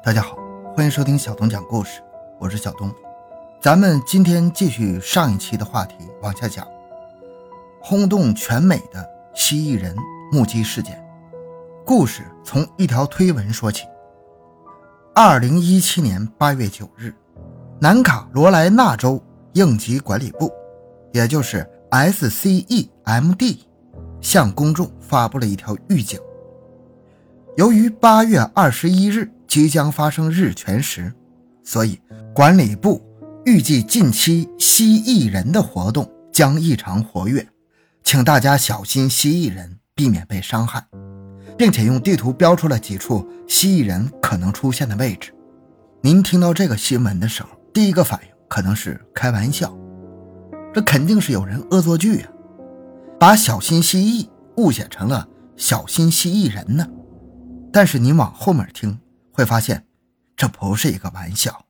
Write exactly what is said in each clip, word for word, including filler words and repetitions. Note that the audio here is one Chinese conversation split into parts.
大家好，欢迎收听小东讲故事，我是小东。咱们今天继续上一期的话题往下讲，轰动全美的蜥蜴人目击事件。故事从一条推文说起。二零一七年八月九日，南卡罗来纳州应急管理部，也就是 S C E M D 向公众发布了一条预警。由于八月二十一日即将发生日全食，所以管理部预计近期蜥蜴人的活动将异常活跃，请大家小心蜥蜴人，避免被伤害，并且用地图标出了几处蜥蜴人可能出现的位置。您听到这个新闻的时候，第一个反应可能是开玩笑，这肯定是有人恶作剧啊，把小心蜥蜴误写成了小心蜥蜴人呢。但是您往后面听，会发现这不是一个玩笑。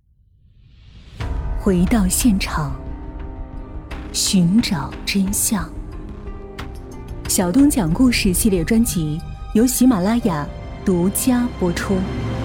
回到现场，寻找真相。小东讲故事系列专辑由喜马拉雅独家播出。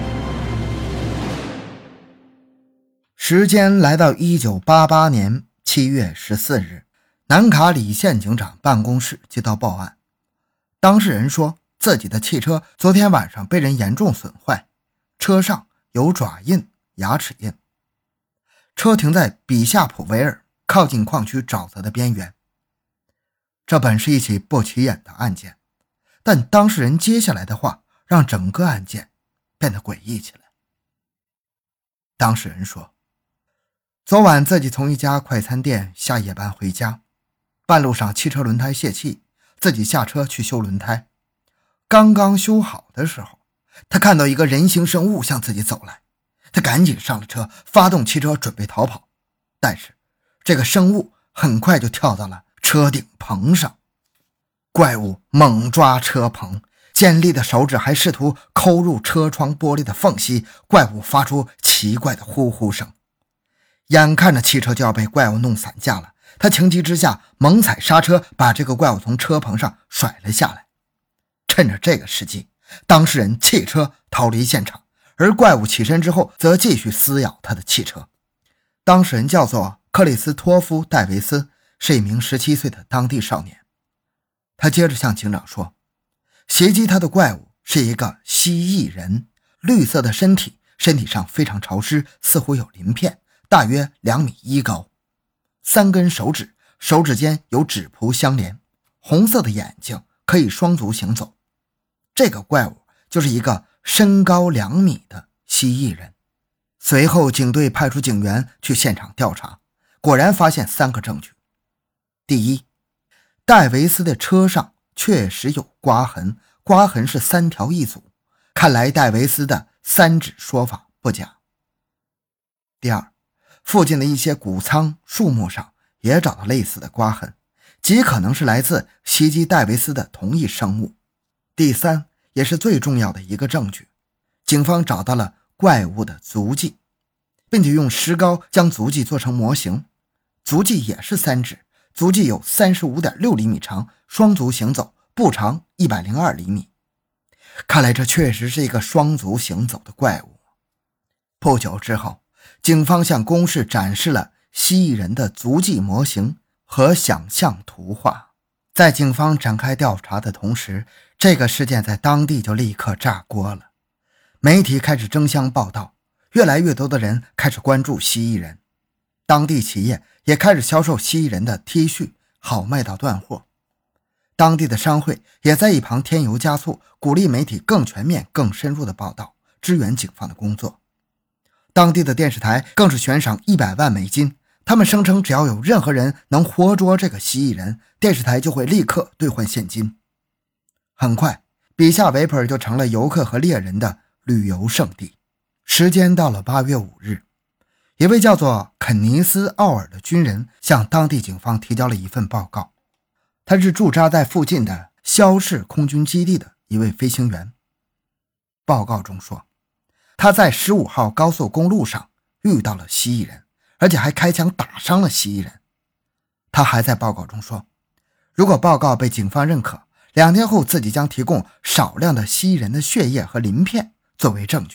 时间来到一九八八年七月十四日，南卡里县警长办公室接到报案，当事人说自己的汽车昨天晚上被人严重损坏，车上有爪印、牙齿印。车停在比夏普维尔靠近矿区沼泽的边缘。这本是一起不起眼的案件，但当事人接下来的话让整个案件变得诡异起来。当事人说，昨晚自己从一家快餐店下夜班回家，半路上汽车轮胎泄气，自己下车去修轮胎。刚刚修好的时候，他看到一个人形生物向自己走来，他赶紧上了车，发动汽车准备逃跑，但是这个生物很快就跳到了车顶棚上。怪物猛抓车棚，尖利的手指还试图抠入车窗玻璃的缝隙，怪物发出奇怪的呼呼声。眼看着汽车就要被怪物弄散架了，他情急之下猛踩刹车，把这个怪物从车棚上甩了下来。趁着这个时机，当事人弃车逃离现场，而怪物起身之后则继续撕咬他的汽车。当事人叫做克里斯托夫·戴维斯，是一名十七岁的当地少年。他接着向警长说，袭击他的怪物是一个蜥蜴人，绿色的身体，身体上非常潮湿，似乎有鳞片，大约两米一高，三根手指，手指间有指蹼相连，红色的眼睛，可以双足行走。这个怪物就是一个身高两米的蜥蜴人。随后警队派出警员去现场调查，果然发现三个证据。第一，戴维斯的车上确实有刮痕，刮痕是三条一组，看来戴维斯的三指说法不假。第二，附近的一些谷仓、树木上也找到类似的刮痕，极可能是来自袭击戴维斯的同一生物。第三，也是最重要的一个证据，警方找到了怪物的足迹，并且用石膏将足迹做成模型。足迹也是三指，足迹有 三十五点六厘米长，双足行走，步长一百零二厘米。看来这确实是一个双足行走的怪物。不久之后，警方向公示展示了蜥蜴人的足迹模型和想象图画。在警方展开调查的同时，这个事件在当地就立刻炸锅了。媒体开始争相报道，越来越多的人开始关注蜥蜴人，当地企业也开始销售蜥蜴人的 T 恤，好卖到断货。当地的商会也在一旁添油加醋，鼓励媒体更全面、更深入的报道，支援警方的工作。当地的电视台更是悬赏一百万美金，他们声称只要有任何人能活捉这个蜥蜴人，电视台就会立刻兑换现金。很快，比夏维普尔就成了游客和猎人的旅游胜地。时间到了八月五日，一位叫做肯尼斯·奥尔的军人向当地警方提交了一份报告。他是驻扎在附近的肖氏空军基地的一位飞行员。报告中说，他在十五号高速公路上遇到了蜥蜴人，而且还开枪打伤了蜥蜴人。他还在报告中说，如果报告被警方认可，两天后自己将提供少量的蜥蜴人的血液和鳞片作为证据。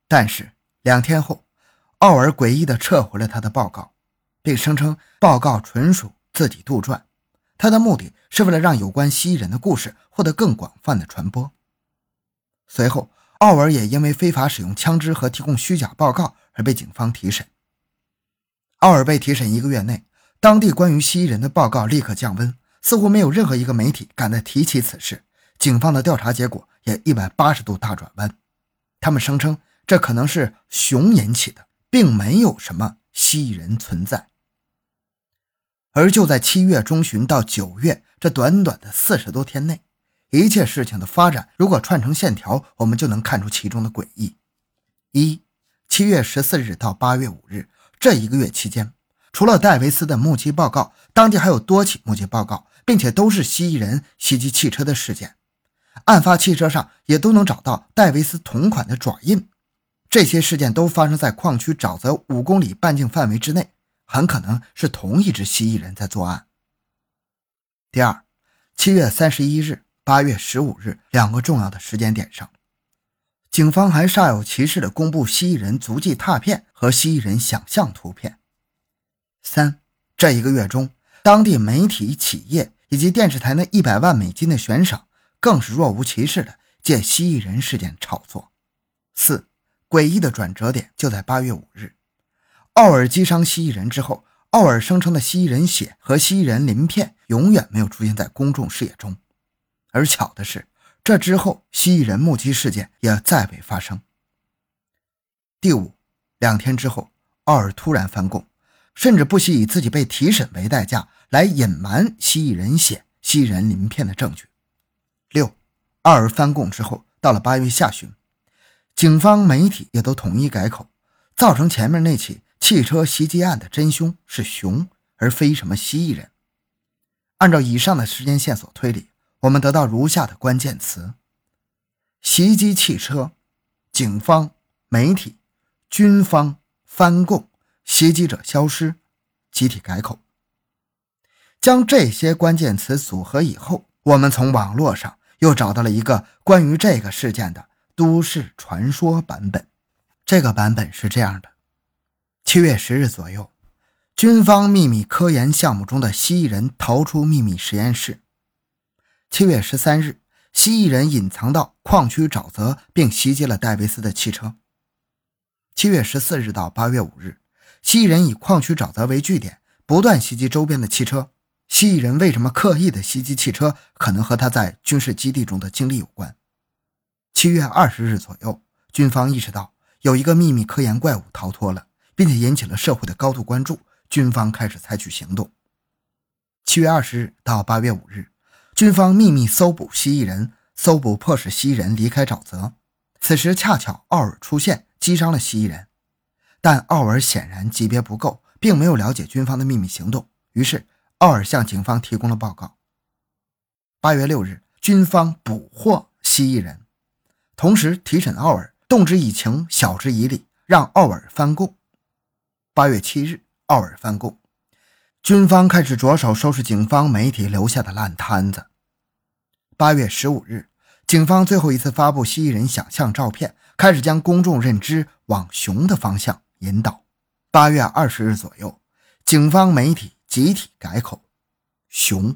但是两天后，奥尔诡异地撤回了他的报告，并声称报告纯属自己杜撰，他的目的是为了让有关蜥蜴人的故事获得更广泛的传播。随后，奥尔也因为非法使用枪支和提供虚假报告而被警方提审。奥尔被提审一个月内，当地关于蜥蜴人的报告立刻降温，似乎没有任何一个媒体敢再提起此事。警方的调查结果也一百八十度大转弯，他们声称这可能是熊引起的，并没有什么蜥蜴人存在。而就在七月中旬到九月这短短的四十多天内，一切事情的发展如果串成线条，我们就能看出其中的诡异。一、七月十四日到八月五日这一个月期间，除了戴维斯的目击报告，当地还有多起目击报告，并且都是蜥蜴人袭击汽车的事件。案发汽车上也都能找到戴维斯同款的爪印。这些事件都发生在矿区沼泽五公里半径范围之内，很可能是同一只蜥蜴人在作案。第二，七月三十一日、八月十五日两个重要的时间点上，警方还煞有其事地公布蜥蜴人足迹踏片和蜥蜴人想象图片。三，这一个月中，当地媒体、企业以及电视台那一百万美金的悬赏更是若无其事地借蜥蜴人事件炒作。四，诡异的转折点就在八月五日，奥尔击伤蜥蜴人之后，奥尔声称的蜥蜴人血和蜥蜴人鳞片永远没有出现在公众视野中。而巧的是，这之后蜥蜴人目击事件也再未发生。第五，两天之后，奥尔突然翻供，甚至不惜以自己被提审为代价来隐瞒蜥蜴人血、蜥蜴人鳞片的证据。六，奥尔翻供之后，到了八月下旬，警方、媒体也都统一改口，造成前面那起汽车袭击案的真凶是熊，而非什么蜥蜴人。按照以上的时间线索推理，我们得到如下的关键词：袭击汽车、警方、媒体、军方、翻供、袭击者消失、集体改口。将这些关键词组合以后，我们从网络上又找到了一个关于这个事件的都市传说版本。这个版本是这样的：七月十日左右，军方秘密科研项目中的蜥蜴人逃出秘密实验室。七月十三日，蜥蜴人隐藏到矿区沼泽并袭击了戴维斯的汽车。七月十四日到八月五日，蜥蜴人以矿区沼泽为据点，不断袭击周边的汽车。蜥蜴人为什么刻意的袭击汽车，可能和他在军事基地中的经历有关。七月二十日左右，军方意识到有一个秘密科研怪物逃脱了，并且引起了社会的高度关注，军方开始采取行动。七月二十日到八月五日，军方秘密搜捕蜥蜴人，搜捕迫使蜥蜴人离开沼泽。此时恰巧奥尔出现，击伤了蜥蜴人，但奥尔显然级别不够，并没有了解军方的秘密行动，于是奥尔向警方提供了报告。八月六日，军方捕获蜥蜴人，同时提审奥尔，动之以情，晓之以理，让奥尔翻供。八月七日，奥尔翻供，军方开始着手收拾警方、媒体留下的烂摊子。八月十五日，警方最后一次发布蜥蜴人想象照片，开始将公众认知往熊的方向引导。八月二十日左右，警方、媒体集体改口，熊。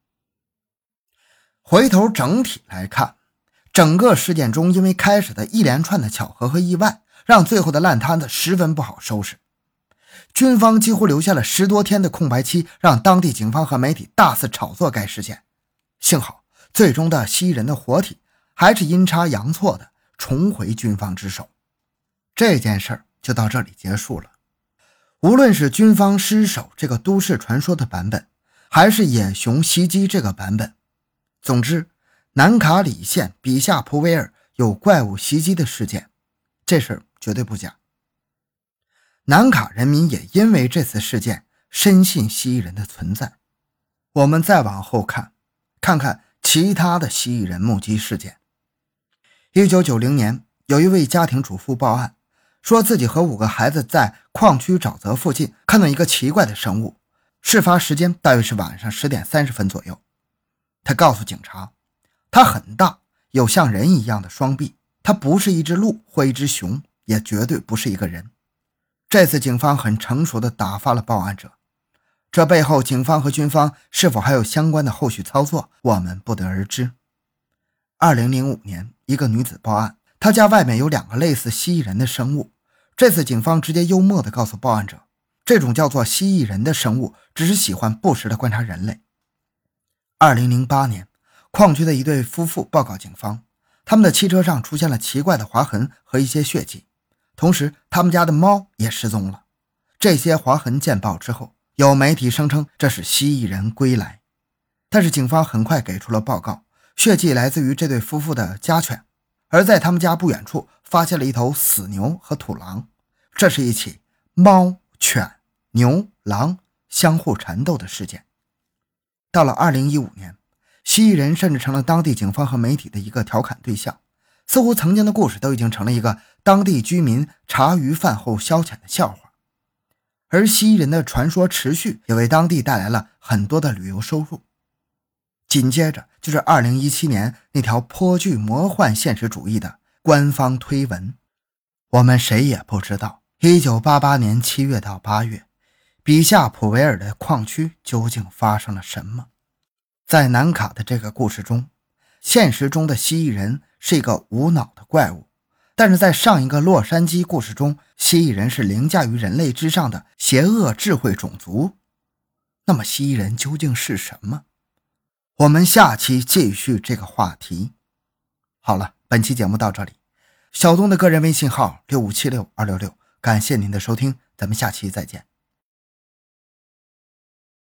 回头整体来看，整个事件中因为开始的一连串的巧合和意外，让最后的烂摊子十分不好收拾。军方几乎留下了十多天的空白期，让当地警方和媒体大肆炒作该事件。幸好最终的蜥蜴人的活体还是阴差阳错的重回军方之手。这件事儿就到这里结束了。无论是军方失守这个都市传说的版本，还是野熊袭击这个版本，总之南卡里县比夏普维尔有怪物袭击的事件，这事儿绝对不假。南卡人民也因为这次事件深信蜥蜴人的存在。我们再往后看，看看其他的蜥蜴人目击事件。一九九零年，有一位家庭主妇报案，说自己和五个孩子在矿区沼泽附近看到一个奇怪的生物，事发时间大约是晚上十点三十分左右。他告诉警察，它很大，有像人一样的双臂，它不是一只鹿或一只熊， 也绝对不是一个人。这次警方很成熟地打发了报案者，这背后警方和军方是否还有相关的后续操作，我们不得而知。二零零五年，一个女子报案，她家外面有两个类似蜥蜴人的生物。这次警方直接幽默地告诉报案者，这种叫做蜥蜴人的生物只是喜欢不时地观察人类。二零零八年，矿区的一对夫妇报告警方，他们的汽车上出现了奇怪的划痕和一些血迹，同时他们家的猫也失踪了。这些划痕见报之后，有媒体声称这是蜥蜴人归来，但是警方很快给出了报告，血迹来自于这对夫妇的家犬，而在他们家不远处发现了一头死牛和土狼。这是一起猫、犬、牛、狼相互缠斗的事件。到了二零一五年，蜥蜴人甚至成了当地警方和媒体的一个调侃对象，似乎曾经的故事都已经成了一个当地居民茶余饭后消遣的笑话。而蜥蜴人的传说持续，也为当地带来了很多的旅游收入。紧接着就是二零一七年那条颇具魔幻现实主义的官方推文。我们谁也不知道一九八八年七月到八月，比夏普维尔的矿区究竟发生了什么。在南卡的这个故事中，现实中的蜥蜴人是一个无脑的怪物，但是在上一个洛杉矶故事中，蜥蜴人是凌驾于人类之上的邪恶智慧种族。那么蜥蜴人究竟是什么？我们下期继续这个话题。好了，本期节目到这里。小东的个人微信号六五七六二六六，感谢您的收听，咱们下期再见。